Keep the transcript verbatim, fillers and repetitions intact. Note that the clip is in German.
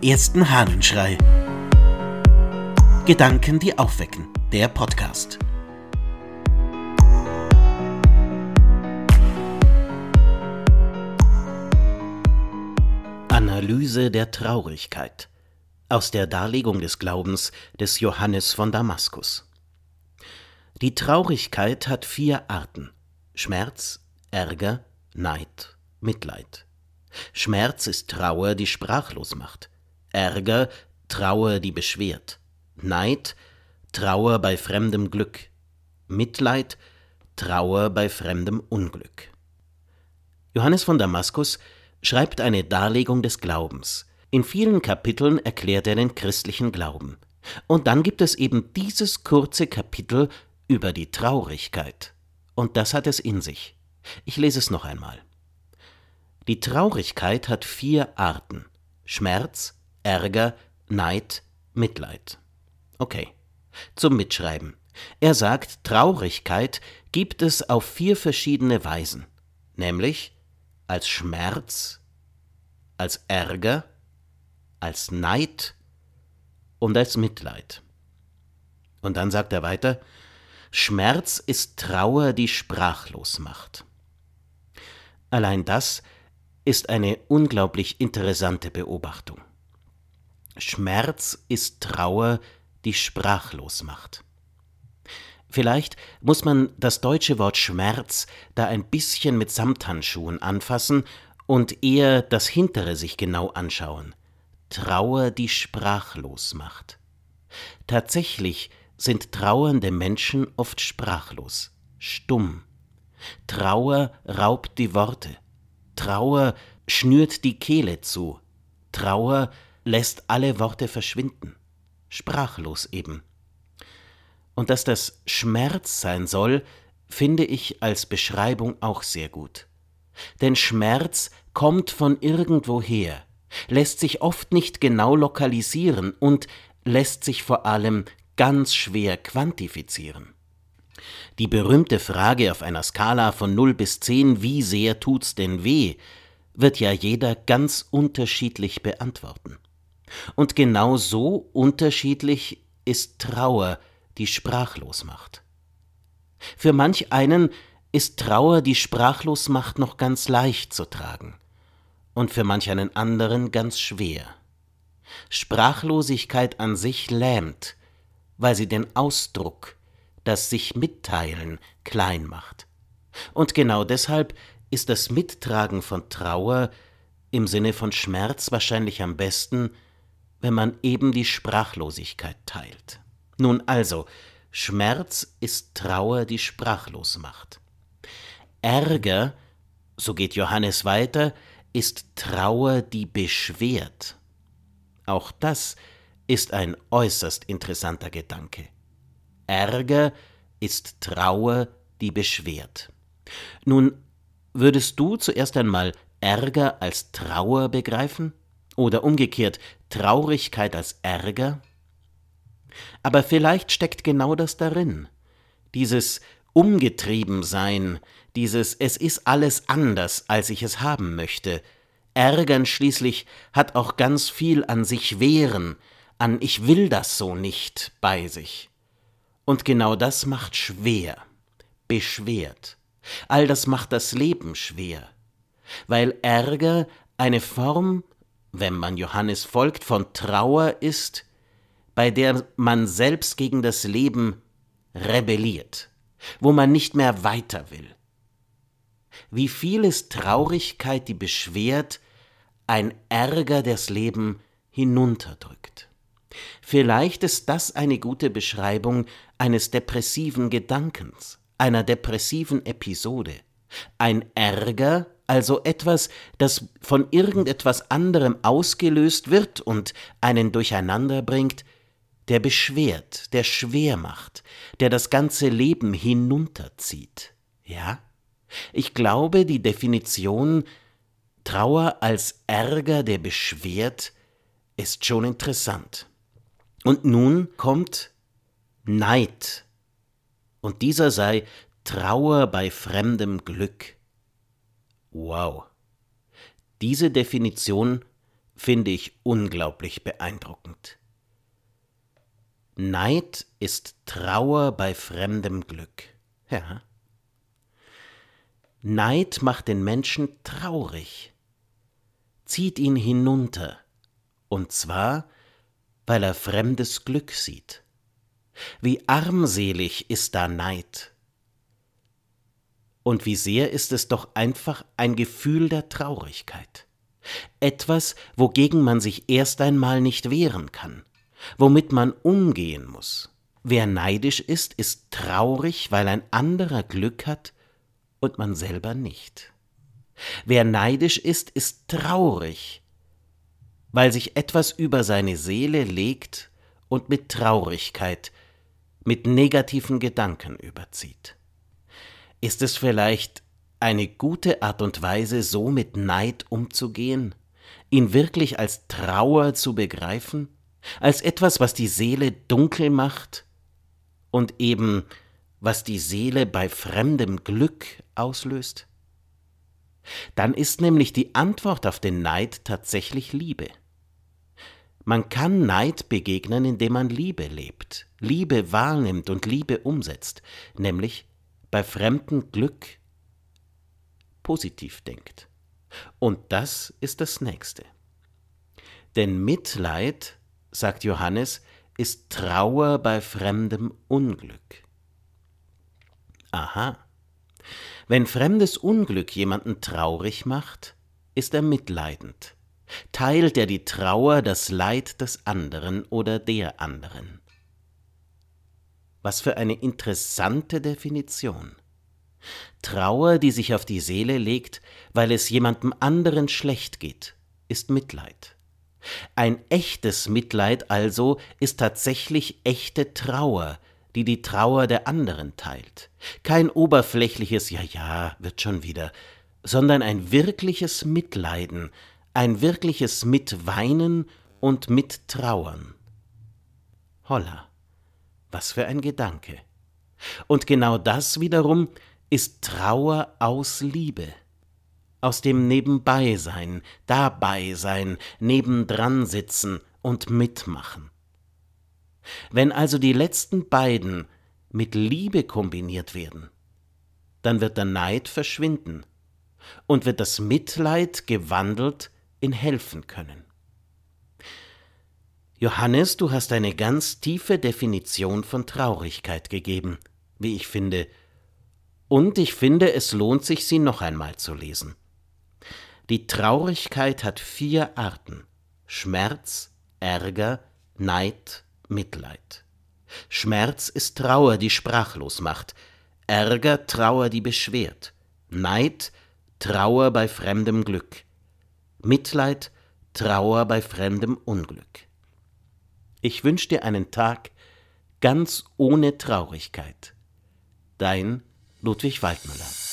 ersten Hahnenschrei. Gedanken, die aufwecken. Der Podcast. Analyse der Traurigkeit aus der Darlegung des Glaubens des Johannes von Damaskus. Die Traurigkeit hat vier Arten: Schmerz, Ärger, Neid, Mitleid. Schmerz ist Trauer, die sprachlos macht. Ärger, Trauer, die beschwert. Neid, Trauer bei fremdem Glück. Mitleid, Trauer bei fremdem Unglück. Johannes von Damaskus schreibt eine Darlegung des Glaubens. In vielen Kapiteln erklärt er den christlichen Glauben. Und dann gibt es eben dieses kurze Kapitel über die Traurigkeit. Und das hat es in sich. Ich lese es noch einmal. Die Traurigkeit hat vier Arten: Schmerz, Ärger, Neid, Mitleid. Okay, zum Mitschreiben. Er sagt, Traurigkeit gibt es auf vier verschiedene Weisen, nämlich als Schmerz, als Ärger, als Neid und als Mitleid. Und dann sagt er weiter, Schmerz ist Trauer, die sprachlos macht. Allein das ist eine unglaublich interessante Beobachtung. Schmerz ist Trauer, die sprachlos macht. Vielleicht muss man das deutsche Wort Schmerz da ein bisschen mit Samthandschuhen anfassen und eher das Hintere sich genau anschauen. Trauer, die sprachlos macht. Tatsächlich sind trauernde Menschen oft sprachlos, stumm. Trauer raubt die Worte. Trauer schnürt die Kehle zu. Trauer lässt alle Worte verschwinden. Sprachlos eben. Und dass das Schmerz sein soll, finde ich als Beschreibung auch sehr gut. Denn Schmerz kommt von irgendwoher, lässt sich oft nicht genau lokalisieren und lässt sich vor allem ganz schwer quantifizieren. Die berühmte Frage auf einer Skala von null bis zehn, wie sehr tut's denn weh, wird ja jeder ganz unterschiedlich beantworten. Und genau so unterschiedlich ist Trauer, die sprachlos macht. Für manch einen ist Trauer, die sprachlos macht, noch ganz leicht zu tragen und für manch einen anderen ganz schwer. Sprachlosigkeit an sich lähmt, weil sie den Ausdruck, das sich mitteilen, klein macht. Und genau deshalb ist das Mittragen von Trauer im Sinne von Schmerz wahrscheinlich am besten, wenn man eben die Sprachlosigkeit teilt. Nun also, Schmerz ist Trauer, die sprachlos macht. Ärger, so geht Johannes weiter, ist Trauer, die beschwert. Auch das ist ein äußerst interessanter Gedanke. Ärger ist Trauer, die beschwert. Nun, würdest du zuerst einmal Ärger als Trauer begreifen? Oder umgekehrt, Traurigkeit als Ärger? Aber vielleicht steckt genau das darin. Dieses Umgetriebensein, dieses Es ist alles anders, als ich es haben möchte. Ärgern schließlich hat auch ganz viel an sich wehren, an Ich will das so nicht bei sich. Und genau das macht schwer, beschwert. All das macht das Leben schwer, weil Ärger eine Form, wenn man Johannes folgt, von Trauer ist, bei der man selbst gegen das Leben rebelliert, wo man nicht mehr weiter will. Wie viel ist Traurigkeit, die beschwert, ein Ärger, der das Leben hinunterdrückt. Vielleicht ist das eine gute Beschreibung eines depressiven Gedankens, einer depressiven Episode. Ein Ärger, also etwas, das von irgendetwas anderem ausgelöst wird und einen durcheinander bringt, der beschwert, der schwer macht, der das ganze Leben hinunterzieht. Ja? Ich glaube, die Definition Trauer als Ärger, der beschwert, ist schon interessant. Und nun kommt Neid. Und dieser sei Trauer bei fremdem Glück. Wow. Diese Definition finde ich unglaublich beeindruckend. Neid ist Trauer bei fremdem Glück. Ja. Neid macht den Menschen traurig, zieht ihn hinunter, und zwar, weil er fremdes Glück sieht. Wie armselig ist da Neid. Und wie sehr ist es doch einfach ein Gefühl der Traurigkeit. Etwas, wogegen man sich erst einmal nicht wehren kann, womit man umgehen muss. Wer neidisch ist, ist traurig, weil ein anderer Glück hat und man selber nicht. Wer neidisch ist, ist traurig, weil sich etwas über seine Seele legt und mit Traurigkeit, mit negativen Gedanken überzieht. Ist es vielleicht eine gute Art und Weise, so mit Neid umzugehen, ihn wirklich als Trauer zu begreifen, als etwas, was die Seele dunkel macht und eben was die Seele bei fremdem Glück auslöst? Dann ist nämlich die Antwort auf den Neid tatsächlich Liebe. Man kann Neid begegnen, indem man Liebe lebt, Liebe wahrnimmt und Liebe umsetzt, nämlich bei fremdem Glück positiv denkt. Und das ist das Nächste. Denn Mitleid, sagt Johannes, ist Trauer bei fremdem Unglück. Aha. Wenn fremdes Unglück jemanden traurig macht, ist er mitleidend. Teilt er die Trauer, das Leid des anderen oder der anderen. Was für eine interessante Definition. Trauer, die sich auf die Seele legt, weil es jemandem anderen schlecht geht, ist Mitleid. Ein echtes Mitleid also ist tatsächlich echte Trauer, die die Trauer der anderen teilt. Kein oberflächliches Ja, ja, wird schon wieder, sondern ein wirkliches Mitleiden, ein wirkliches Mitweinen und Mittrauern. Holla, was für ein Gedanke. Und genau das wiederum ist Trauer aus Liebe, aus dem Nebenbeisein, Dabeisein, nebendran sitzen und mitmachen. Wenn also die letzten beiden mit Liebe kombiniert werden, dann wird der Neid verschwinden und wird das Mitleid gewandelt in Helfen können. Johannes, du hast eine ganz tiefe Definition von Traurigkeit gegeben, wie ich finde, und ich finde, es lohnt sich, sie noch einmal zu lesen. Die Traurigkeit hat vier Arten: Schmerz, Ärger, Neid, Mitleid. Schmerz ist Trauer, die sprachlos macht, Ärger, Trauer, die beschwert, Neid, Trauer bei fremdem Glück, Mitleid, Trauer bei fremdem Unglück. Ich wünsche dir einen Tag ganz ohne Traurigkeit. Dein Ludwig Waldmüller.